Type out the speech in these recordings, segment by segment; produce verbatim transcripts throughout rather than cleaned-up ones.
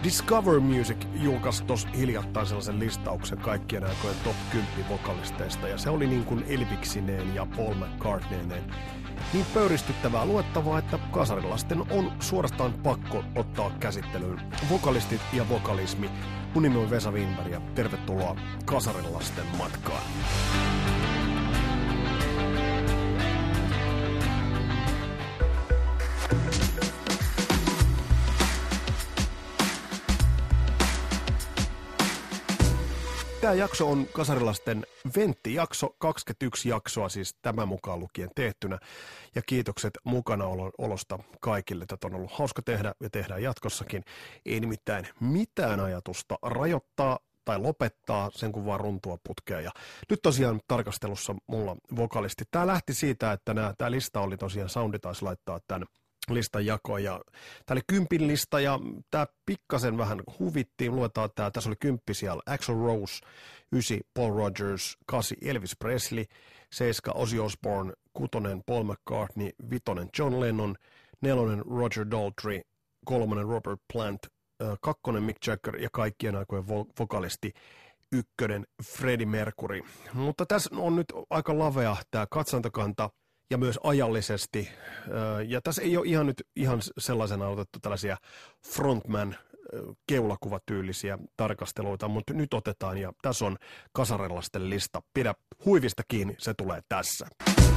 Discover Music julkaisi tuossa hiljattain sellaisen listauksen kaikkien aikojen top kymmenen vokalisteista, ja se oli niin kuin Elviksineen ja Paul McCartneyneen niin pöyristyttävää luettavaa, että kasarilasten on suorastaan pakko ottaa käsittelyyn vokalistit ja vokalismi. Mun nimi on Vesa Wienberg ja tervetuloa kasarilasten matkaan. Tämä jakso on kasarilasten venttijakso, kaksikymmentäyksi jaksoa siis tämän mukaan lukien tehtynä. Ja kiitokset mukanaolosta kaikille. Tätä on ollut hauska tehdä ja tehdään jatkossakin. Ei nimittäin mitään ajatusta rajoittaa tai lopettaa sen kun vaan runtua putkea. Ja nyt tosiaan tarkastelussa mulla vokalisti. Tämä lähti siitä, että nämä, tämä lista oli tosiaan, Soundi taisi laittaa tämän listan jakoon, ja tämä oli kympin lista, ja tämä pikkasen vähän huvittiin, luetaan tämä, tässä oli kymppi siellä, Axl Rose, ysi Paul Rogers, kasi Elvis Presley, seiska Ozzy Osbourne, kutonen Paul McCartney, vitonen John Lennon, nelonen Roger Daltrey, kolmonen Robert Plant, kakkonen Mick Jagger ja kaikkien aikojen vo- vokalisti ykkönen Freddie Mercury. Mutta tässä on nyt aika lavea tämä katsantokanta, ja myös ajallisesti, ja tässä ei ole ihan nyt ihan sellaisena otettu tällaisia frontman keulakuvatyylisiä tarkasteluita, mutta nyt otetaan, ja tässä on kasarilasten lista. Pidä huivista kiinni, se tulee tässä.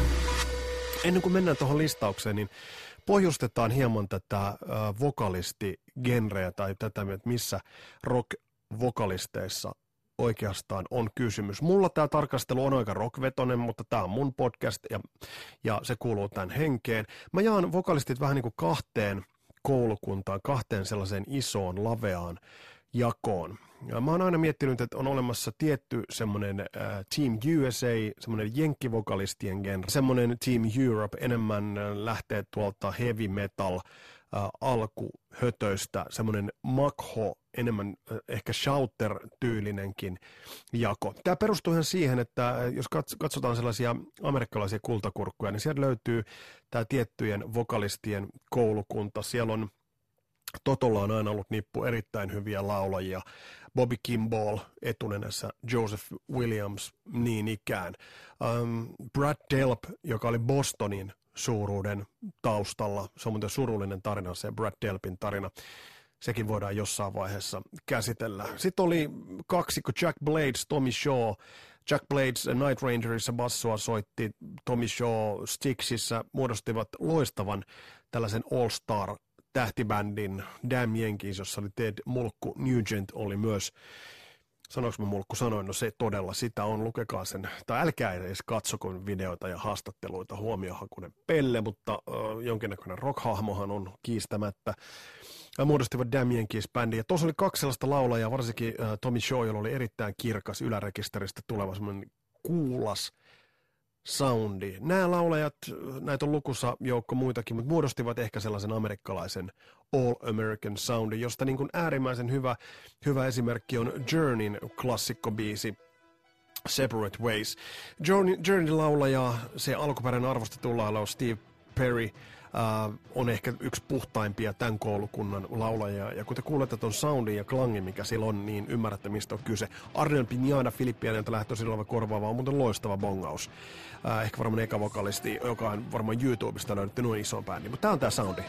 Ennen kuin mennään tuohon listaukseen, niin pohjustetaan hieman tätä vokalistigenreä tai tätä, missä rock-vokalisteissa oikeastaan on kysymys. Mulla tämä tarkastelu on aika rockvetonen, mutta tämä on mun podcast ja, ja se kuuluu tämän henkeen. Mä jaan vokalistit vähän niin kuin kahteen koulukuntaan, kahteen sellaiseen isoon, laveaan jakoon. Ja mä oon aina miettinyt, että on olemassa tietty semmoinen äh, Team U S A, semmoinen jenkkivokalistien genre, semmoinen Team Europe, enemmän äh, lähtee tuolta heavy metal äh, alkuhötöistä, semmoinen makho, enemmän äh, ehkä shouter-tyylinenkin jako. Tämä perustuu ihan siihen, että jos katsotaan sellaisia amerikkalaisia kultakurkkuja, niin sieltä löytyy tämä tiettyjen vokalistien koulukunta. Siellä on Totolla on aina ollut nippu erittäin hyviä laulajia. Bobby Kimball etunenässä, Joseph Williams niin ikään. Um, Brad Delp, joka oli Bostonin suuruuden taustalla, se on muuten surullinen tarina, se Brad Delpin tarina. Sekin voidaan jossain vaiheessa käsitellä. Sitten oli kaksikko Jack Blades, Tommy Shaw. Jack Blades Night Rangerissa bassoa soitti, Tommy Shaw Styxissä, muodostivat loistavan tällaisen all-star tähtibändin Damn Yankees, jossa oli Ted Mulkku Nugent oli myös, sanoinko mä Mulkku sanoin, no se todella sitä on, lukekaa sen, tai älkää edes katsoko videoita ja haastatteluita, huomiohakuinen pelle, mutta äh, jonkinnäköinen rock-hahmohan on kiistämättä. Ja muodostivat Damn Yankees-bändi, ja tuossa oli kaksi sellaista laulajaa, varsinkin äh, Tommy Shaw, jolla oli erittäin kirkas ylärekisteristä tuleva semmoinen kuulas soundi. Nämä laulajat, näitä on lukussa joukko muitakin, mutta muodostivat ehkä sellaisen amerikkalaisen All American Soundin, josta niin kuin äärimmäisen hyvä, hyvä esimerkki on Journeyn klassikkobiisi Separate Ways. Journey, Journeyn laulaja, se alkuperäinen arvostettu laulaja Steve Perry, Uh, on ehkä yksi puhtaimpia tämän koulukunnan laulajia, ja kun te kuulette ton soundin ja klangin, mikä sillä on, niin ymmärrätte, mistä on kyse. Arnel Pinjana, Filippianilta lähtöisin oleva korvaava, on muuten loistava bongaus. Uh, ehkä varmaan eka vokalisti, joka on varmaan YouTubesta löydetty noin isoon bändi, mutta tää on tää soundi.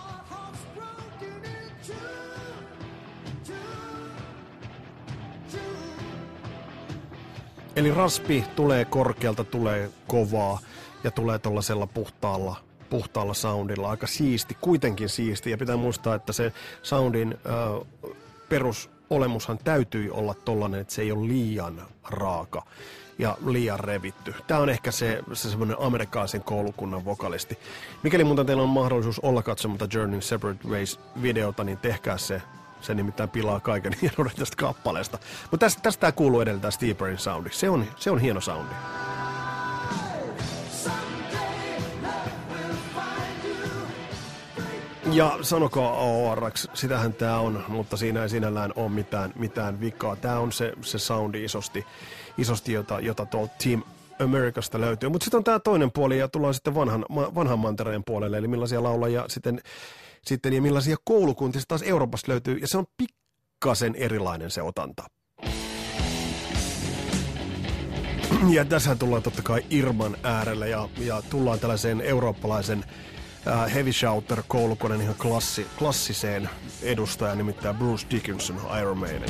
Eli raspi tulee korkealta, tulee kovaa ja tulee tollasella puhtaalla puhtaalla soundilla, aika siisti, kuitenkin siisti, ja pitää muistaa, että se soundin äh, perusolemushan täytyy olla tollainen, että se ei ole liian raaka ja liian revitty. Tämä on ehkä se, se semmoinen amerikkalaisen koulukunnan vokalisti. Mikäli muuten teillä on mahdollisuus olla katsomatta Journeyn Separate Ways-videota, niin tehkää se. Se nimittäin pilaa kaiken hienon tästä kappaleesta. Mutta tästä, tästä tämä kuuluu edelleen Steve Perryn soundi. Se on, se on hieno soundi. Ja sanokaa O R X, sitähän tää on, mutta siinä ei sinällään ole mitään, mitään vikaa. Tää on se, se soundi isosti, isosti jota, jota tuolta Team Americasta löytyy. Mutta sitten on tää toinen puoli ja tullaan sitten vanhan, vanhan mantereen puolelle, eli millaisia laulajia sitten, sitten ja millaisia koulukuntia taas Euroopasta löytyy. Ja se on pikkuinen pikkasen erilainen se otanta. Ja tässä tullaan totta kai Irman äärelle ja, ja tullaan tällaiseen eurooppalaisen uh, heavy shouter koulukoneen ihan klassi, klassiseen edustajaan, nimittäin Bruce Dickinson, Iron Maiden.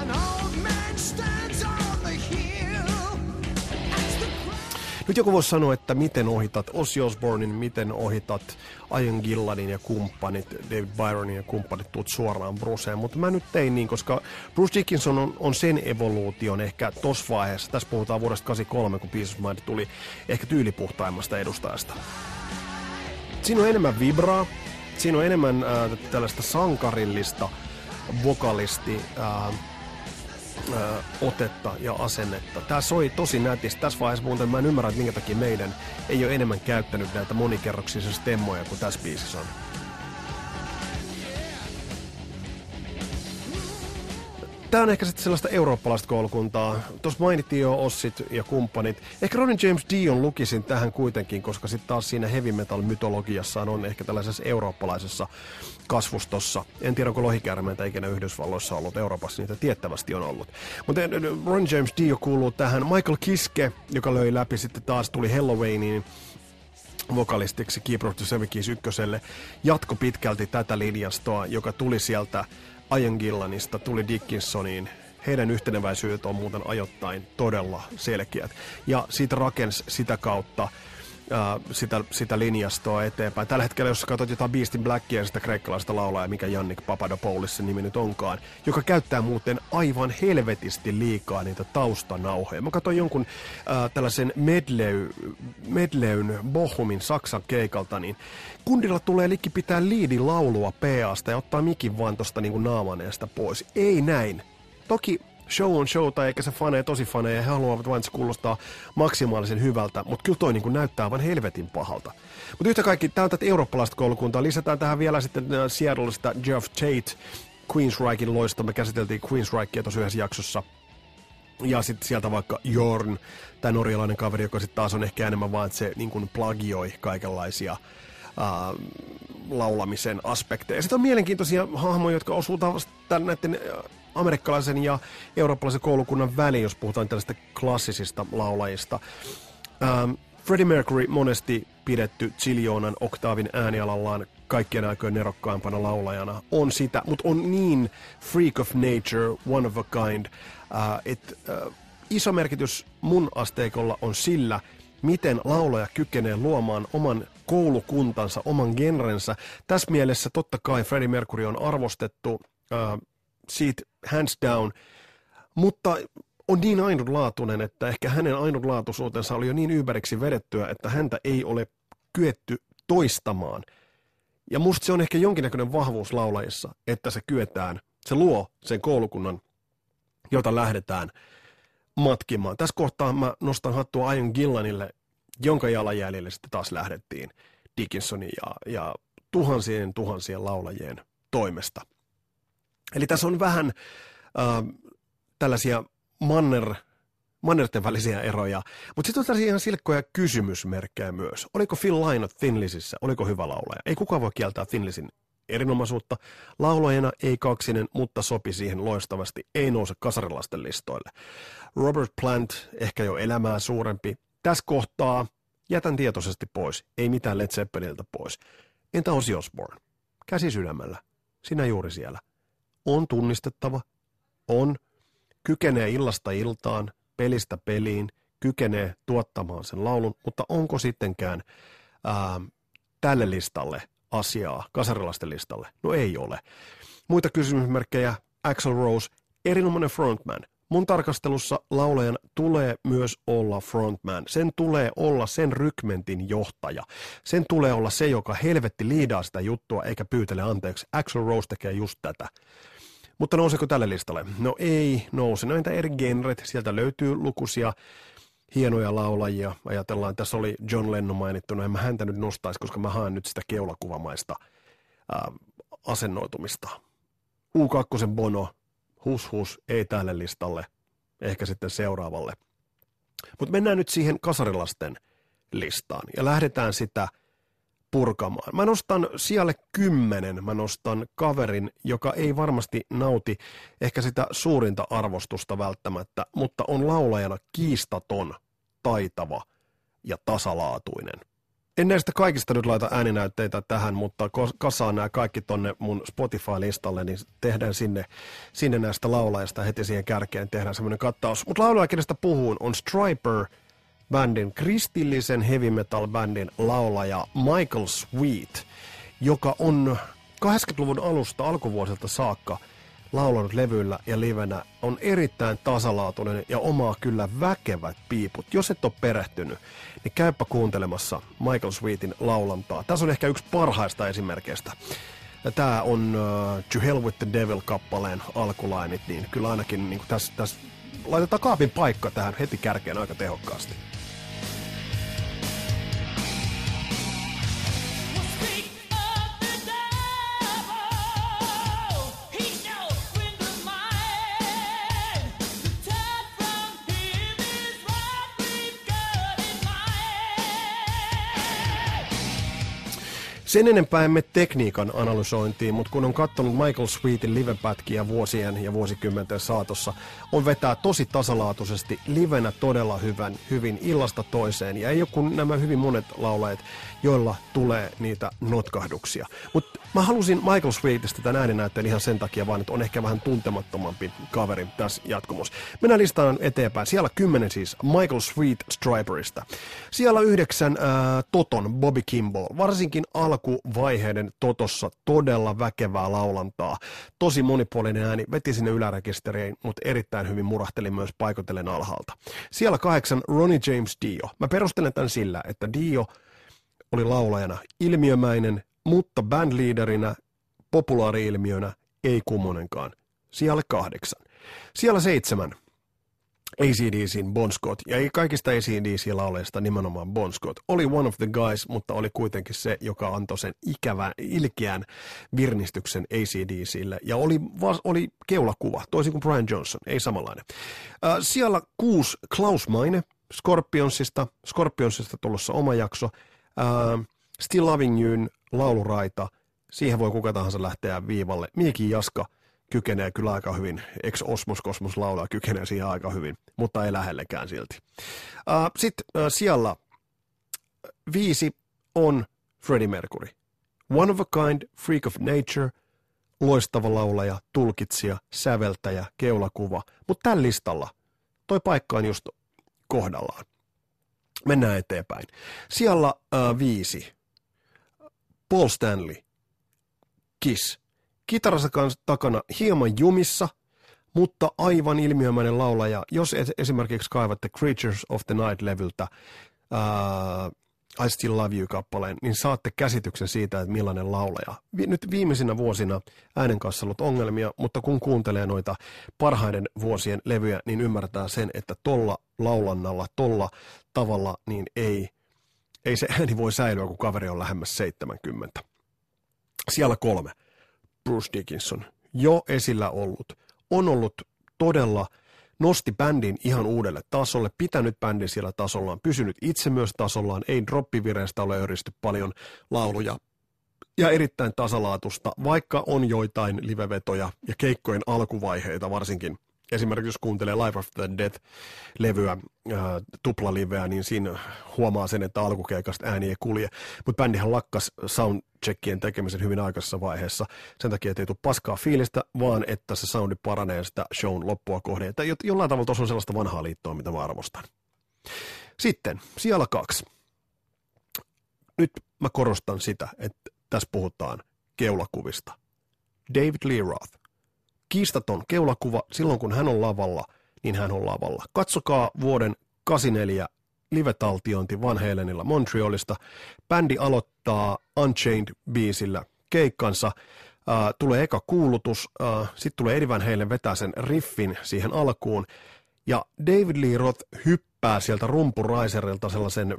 Nyt joku voisi sanoa, että miten ohitat Ozzy Osbournen, miten ohitat Ian Gillanin ja kumppanit, David Byronin ja kumppanit, tuut suoraan Bruceen, mutta mä nyt tein niin, koska Bruce Dickinson on, on sen evoluution ehkä tossa vaiheessa, tässä puhutaan vuodesta kahdeksankymmentäkolme, kun Peace of Mind tuli ehkä tyylipuhtaimmasta edustajasta. Siinä on enemmän vibraa, siinä on enemmän äh, tällaista sankarillista vokalisti, äh, Ö, otetta ja asennetta. Tää soi tosi nätisti. Tässä vaiheessa muuten mä en ymmärrä, että minkä takia meidän ei ole enemmän käyttänyt näitä monikerroksisia stemmoja kuin tässä biisissä on. Tää on ehkä sitten sellaista eurooppalaista koulukuntaa. Tuossa mainittiin jo Ossit ja kumppanit. Ehkä Ronnie James Dion lukisin tähän kuitenkin, koska sitten taas siinä heavy metal mytologiassaan on ehkä tällaisessa eurooppalaisessa kasvustossa. En tiedä, onko lohikäärmeitä ikinä Yhdysvalloissa ollut, Euroopassa niitä tiettävästi on ollut. Mutta Ronnie James Dio kuuluu tähän. Michael Kiske, joka löi läpi, sitten taas tuli Halloweeniin vokalistiksi Keeper of the Seven Keys ykköselle. Jatko pitkälti tätä linjastoa, joka tuli sieltä Ian Gillanista, tuli Dickinsoniin. Heidän yhteneväisyydet on muuten ajoittain todella selkeät. Ja siitä rakensi sitä kautta ää, sitä, sitä linjastoa eteenpäin. Tällä hetkellä, jos katsot jotain Beast in Blackia ja sitä kreikkalaista laulaa, mikä Yannick Papadopoulos sen nimi nyt onkaan, joka käyttää muuten aivan helvetisti liikaa niitä taustanauhoja. Mä katsoin jonkun ää, tällaisen medley, medleyn Bochumin Saksan keikalta, niin kundilla tulee likki pitää liidin laulua P A:sta ja ottaa mikin vaan tosta niinku naamaneesta pois. Ei näin. Toki show on showta, eikä se faneja tosi faneja, he haluavat vain, että se kuulostaa maksimaalisen hyvältä, mutta kyllä toi niinku näyttää vain helvetin pahalta. Mutta yhtä kaikki, täältä eurooppalaista koulukuntaa, lisätään tähän vielä sitten Seattlesta Geoff Tate, Queensrychen loista, me käsiteltiin Queensrychia tuossa yhdessä jaksossa. Ja sitten sieltä vaikka Jorn, tämä norjalainen kaveri, joka sitten taas on ehkä enemmän vaan, että se niin kuin plagioi kaikenlaisia Uh, laulamisen aspekteja. Sitten on mielenkiintoisia hahmoja, jotka osuu näiden amerikkalaisen ja eurooppalaisen koulukunnan väliin, jos puhutaan tällaista klassisista laulajista. Uh, Freddie Mercury monesti pidetty ziljoonan oktaavin äänialallaan kaikkien aikojen nerokkaimpana laulajana on sitä, mutta on niin freak of nature, one of a kind, uh, että uh, iso merkitys mun asteikolla on sillä, miten laulaja kykenee luomaan oman koulukuntansa, oman genrensä. Tässä mielessä totta kai Freddie Mercury on arvostettu äh, siitä hands down, mutta on niin ainutlaatuinen, että ehkä hänen ainutlaatuisuutensa oli jo niin ympäriksi vedettyä, että häntä ei ole kyetty toistamaan. Ja musta se on ehkä jonkinnäköinen vahvuus laulajissa, että se kyetään, se luo sen koulukunnan, jota lähdetään matkimaan. Tässä kohtaa mä nostan hattua Ian Gillanille, jonka jalanjäljelle sitten taas lähdettiin Dickinsonin ja, ja tuhansien tuhansien laulajien toimesta. Eli tässä on vähän äh, tällaisia manner, mannerten välisiä eroja, mutta sitten on tällaisia ihan silkkoja kysymysmerkkejä myös. Oliko Phil Lynott Thin Lizzyssä? Oliko hyvä laulaja? Ei kukaan voi kieltää Thin Lizzyn erinomaisuutta. Laulajana ei kaksinen, mutta sopi siihen loistavasti. Ei nouse kasarilaisten listoille. Robert Plant, ehkä jo elämää suurempi. Tässä kohtaa jätän tietoisesti pois. Ei mitään Led Zeppeliniltä pois. Entä Ozzy Osbourne? Käsi sydämellä. Sinä juuri siellä. On tunnistettava. On. Kykenee illasta iltaan, pelistä peliin. Kykenee tuottamaan sen laulun. Mutta onko sittenkään ää, tälle listalle asiaa, kasarilaisten listalle? No ei ole. Muita kysymysmerkkejä. Axl Rose, erinomainen frontman. Mun tarkastelussa laulajan tulee myös olla frontman. Sen tulee olla sen rykmentin johtaja. Sen tulee olla se, joka helvetti liidaa sitä juttua eikä pyytele anteeksi. Axl Rose tekee just tätä. Mutta nouseeko tälle listalle? No ei nouse. No entä eri genret? Sieltä löytyy lukuisia hienoja laulajia. Ajatellaan, tässä oli John Lennon mainittuna. En mä häntä nyt nostaisi, koska mä haen nyt sitä keulakuvamaista ää, asennoitumista. U kaksi Bono. Hus hus, ei tälle listalle, ehkä sitten seuraavalle. Mutta mennään nyt siihen kasarilasten listaan ja lähdetään sitä purkamaan. Mä nostan sijalle kymmenen, mä nostan kaverin, joka ei varmasti nauti ehkä sitä suurinta arvostusta välttämättä, mutta on laulajana kiistaton, taitava ja tasalaatuinen. En näistä kaikista nyt laita ääninäytteitä tähän, mutta kasaan nämä kaikki tonne mun Spotify-listalle, niin tehdään sinne, sinne näistä laulajista heti siihen kärkeen, tehdään semmoinen kattaus. Mutta laulaja, kenestä puhun, on Stryper-bändin, kristillisen heavy metal-bändin laulaja Michael Sweet, joka on kahdeksankymmentäluvun alusta alkuvuosilta saakka laulanut levyillä ja livenä, on erittäin tasalaatuinen ja omaa kyllä väkevät piiput. Jos et ole perehtynyt, niin käypä kuuntelemassa Michael Sweetin laulantaa. Tässä on ehkä yksi parhaista esimerkkeistä. Tämä on uh, To Hell with the Devil-kappaleen alkulainit, niin kyllä ainakin niin tässä, tässä laitetaan kaapin paikka tähän heti kärkeen aika tehokkaasti. Sen enempää emme tekniikan analysointiin, mutta kun on katsonut Michael Sweetin livepätkiä vuosien ja vuosikymmenten saatossa, on vetää tosi tasalaatuisesti livenä todella hyvän, hyvin illasta toiseen. Ja ei ole kuin nämä hyvin monet laulajat, joilla tulee niitä notkahduksia. Mutta mä halusin Michael Sweetistä tämän ääninäytteen ihan sen takia vaan, että on ehkä vähän tuntemattomampi kaveri tässä jatkumossa. Mennään listaan eteenpäin. Siellä kymmenen siis Michael Sweet Stryperista. Siellä yhdeksän ää, Toton Bobby Kimball. Varsinkin alkuvaiheiden Totossa todella väkevää laulantaa. Tosi monipuolinen ääni, veti sinne ylärekisteriin, mutta erittäin hyvin murahteli myös paikotellen alhaalta. Siellä kahdeksan Ronnie James Dio. Mä perustelen tämän sillä, että Dio oli laulajana ilmiömäinen, mutta bandleaderinä, populaari-ilmiönä ei kummonenkaan. Siellä kahdeksan. Siellä seitsemän A C D C:n Bon Scott, ja ei kaikista A C D C-laulajista nimenomaan Bon Scott. Oli one of the guys, mutta oli kuitenkin se, joka antoi sen ikävän, ilkeän virnistyksen A C D C:lle. Ja oli, vas, oli keulakuva, toisin kuin Brian Johnson, ei samanlainen. Äh, siellä kuusi Klaus Meine Scorpionsista, Scorpionsista tulossa oma jakso. Äh, Still Loving You'n lauluraita, siihen voi kuka tahansa lähteä viivalle. Mieki Jaska kykenee kyllä aika hyvin, ex Osmos Kosmos laulaa kykenee siihen aika hyvin, mutta ei lähellekään silti. Uh, Sitten uh, siellä viisi on Freddie Mercury. One of a kind, freak of nature, loistava laulaja, tulkitsija, säveltäjä, keulakuva. Mutta tällä listalla toi paikka on just kohdallaan. Mennään eteenpäin. Siellä uh, viisi. Paul Stanley. Kiss. Kitarassa takana hieman jumissa, mutta aivan ilmiömäinen laulaja. Jos esimerkiksi kaivatte Creatures of the Night-levyltä uh, I Still Love You-kappaleen, niin saatte käsityksen siitä, että millainen laulaja. Nyt viimeisinä vuosina äänen kanssa ollut ongelmia, mutta kun kuuntelee noita parhaiden vuosien levyjä, niin ymmärtää sen, että tolla laulannalla, tolla tavalla, niin ei, ei se ääni voi säilyä, kun kaveri on lähemmäs seitsemänkymmentä. Siellä kolme. Bruce Dickinson, jo esillä ollut, on ollut todella, nosti bändin ihan uudelle tasolle, pitänyt bändin siellä tasollaan, pysynyt itse myös tasollaan, ei droppivireistä ole öristy paljon lauluja ja erittäin tasalaatusta, vaikka on joitain livevetoja ja keikkojen alkuvaiheita varsinkin. Esimerkiksi jos kuuntelee Life After Death-levyä, äh, tuplaliveä, niin siinä huomaa sen, että alkukeikasta ääni ei kulje. Mutta bändihän lakkas soundcheckien tekemisen hyvin aikaisessa vaiheessa. Sen takia, että ei tule paskaa fiilistä, vaan että se soundi paranee sitä shown loppua kohden. Että jollain tavalla tuossa on sellaista vanhaa liittoa, mitä mä arvostan. Sitten, siellä kaksi. Nyt mä korostan sitä, että tässä puhutaan keulakuvista. David Lee Roth. Kiistaton keulakuva, silloin kun hän on lavalla, niin hän on lavalla. Katsokaa vuoden kahdeksankymmentäneljä live-taltiointi Van Halenilla Montrealista. Bändi aloittaa Unchained-biisillä keikkansa. Äh, tulee eka kuulutus, äh, sitten tulee Eddie Van Halen vetää sen riffin siihen alkuun. Ja David Lee Roth hyppää sieltä rumpuraiserilta sellaisen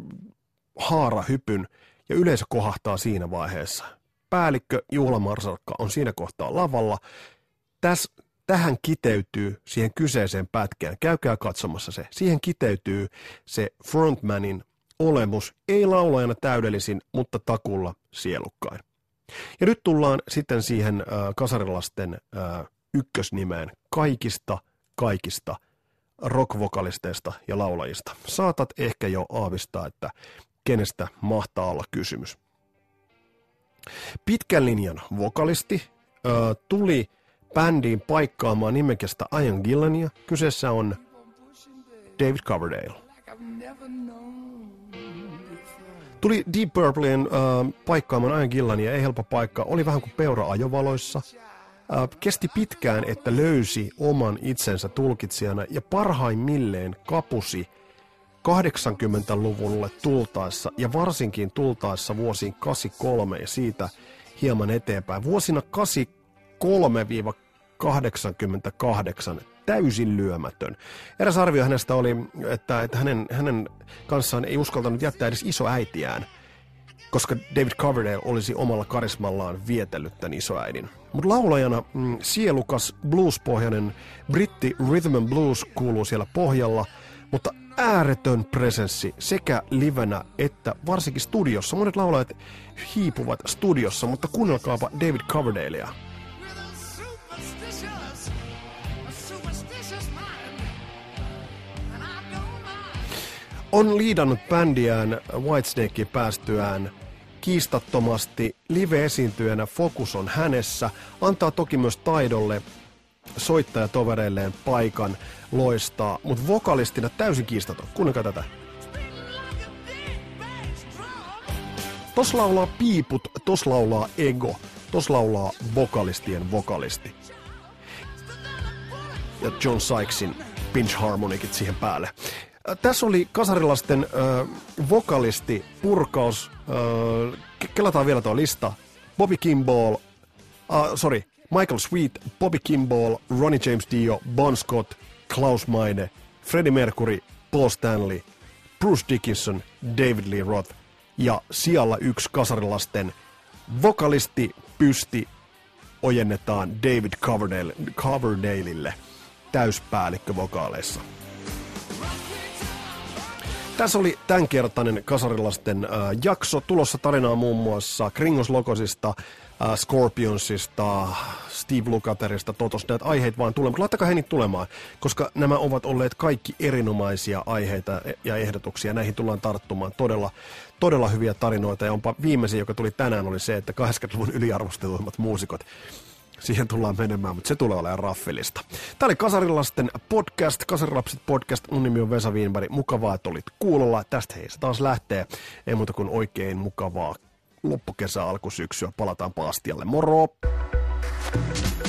haarahypyn, ja yleisö kohahtaa siinä vaiheessa. Päällikkö juhlamarsarkka on siinä kohtaa lavalla. Täs, tähän kiteytyy siihen kyseiseen pätkään, käykää katsomassa se, siihen kiteytyy se frontmanin olemus, ei laulajana täydellisin, mutta takulla sielukkain. Ja nyt tullaan sitten siihen äh, kasarilasten äh, ykkösnimeen kaikista, kaikista rock-vokalisteista ja laulajista. Saatat ehkä jo aavistaa, että kenestä mahtaa olla kysymys. Pitkän linjan vokalisti äh, tuli bändiin paikkaamaan nimekästä Ian Gillania. Kyseessä on David Coverdale. Tuli Deep Purpleen äh, paikkaamaan Ian Gillania, ei helppo paikka, oli vähän kuin peura ajovaloissa. Äh, kesti pitkään, että löysi oman itsensä tulkitsijana ja parhaimmilleen kapusi kahdeksankymmentäluvulle tultaessa ja varsinkin tultaessa vuosiin kahdeksankymmentäkolme ja siitä hieman eteenpäin. Vuosina kahdeksankymmentäkolme kahdeksankymmentäkahdeksan täysin lyömätön. Eräs arvio hänestä oli, että, että hänen, hänen kanssaan ei uskaltanut jättää edes isoäitiään, koska David Coverdale olisi omalla karismallaan vietellyt tämän isoäidin. Mutta laulajana mm, sielukas bluespohjainen britti rhythm and blues kuuluu siellä pohjalla, mutta ääretön presenssi sekä livenä että varsinkin studiossa. Monet laulajat hiipuvat studiossa, mutta kuunnelkaapa David Coverdalea. On liidannut bändiään Whitesnakeen päästyään kiistattomasti live-esiintyjänä, fokus on hänessä, antaa toki myös taidolle soittajatovereilleen paikan loistaa, mutta vokalistina täysin kiistaton. Kuunnelkaa tätä. Tos laulaa piiput, tos laulaa ego, tos laulaa vokalistien vokalisti. Ja John Sykesin pinch harmonikit siihen päälle. Tässä oli kasarilasten äh, vokalisti, purkaus, äh, kelataan vielä tuo lista, Bobby Kimball, uh, sorry, Michael Sweet, Bobby Kimball, Ronnie James Dio, Bon Scott, Klaus Meine, Freddie Mercury, Paul Stanley, Bruce Dickinson, David Lee Roth ja sijalla yksi kasarilasten vokalisti pysti ojennetaan David Coverdale, Coverdaleille täyspäällikkö vokaaleissa. Tässä oli tämänkertainen kasarilasten äh, jakso. Tulossa tarinaa muun muassa Kringos Locosista, äh, Scorpionsista, Steve Lukatherista, Totos. Näitä aiheita vaan tulee, mutta laittakaa he niitä tulemaan, koska nämä ovat olleet kaikki erinomaisia aiheita ja ehdotuksia. Näihin tullaan tarttumaan todella, todella hyviä tarinoita. Ja onpa viimeisin, joka tuli tänään, oli se, että kahdeksankymmentäluvun yliarvostetuimmat muusikot. Siihen tullaan menemään, mutta se tulee olemaan raffelista. Tämä oli Kasarilasten podcast, Kasarilapset podcast. Mun nimi on Vesa Wienberg. Mukavaa, että olit kuulolla. Tästä hei, se taas lähtee. Ei muuta kuin oikein mukavaa loppukesää, alkusyksyä. Palataan paastialle. Moro!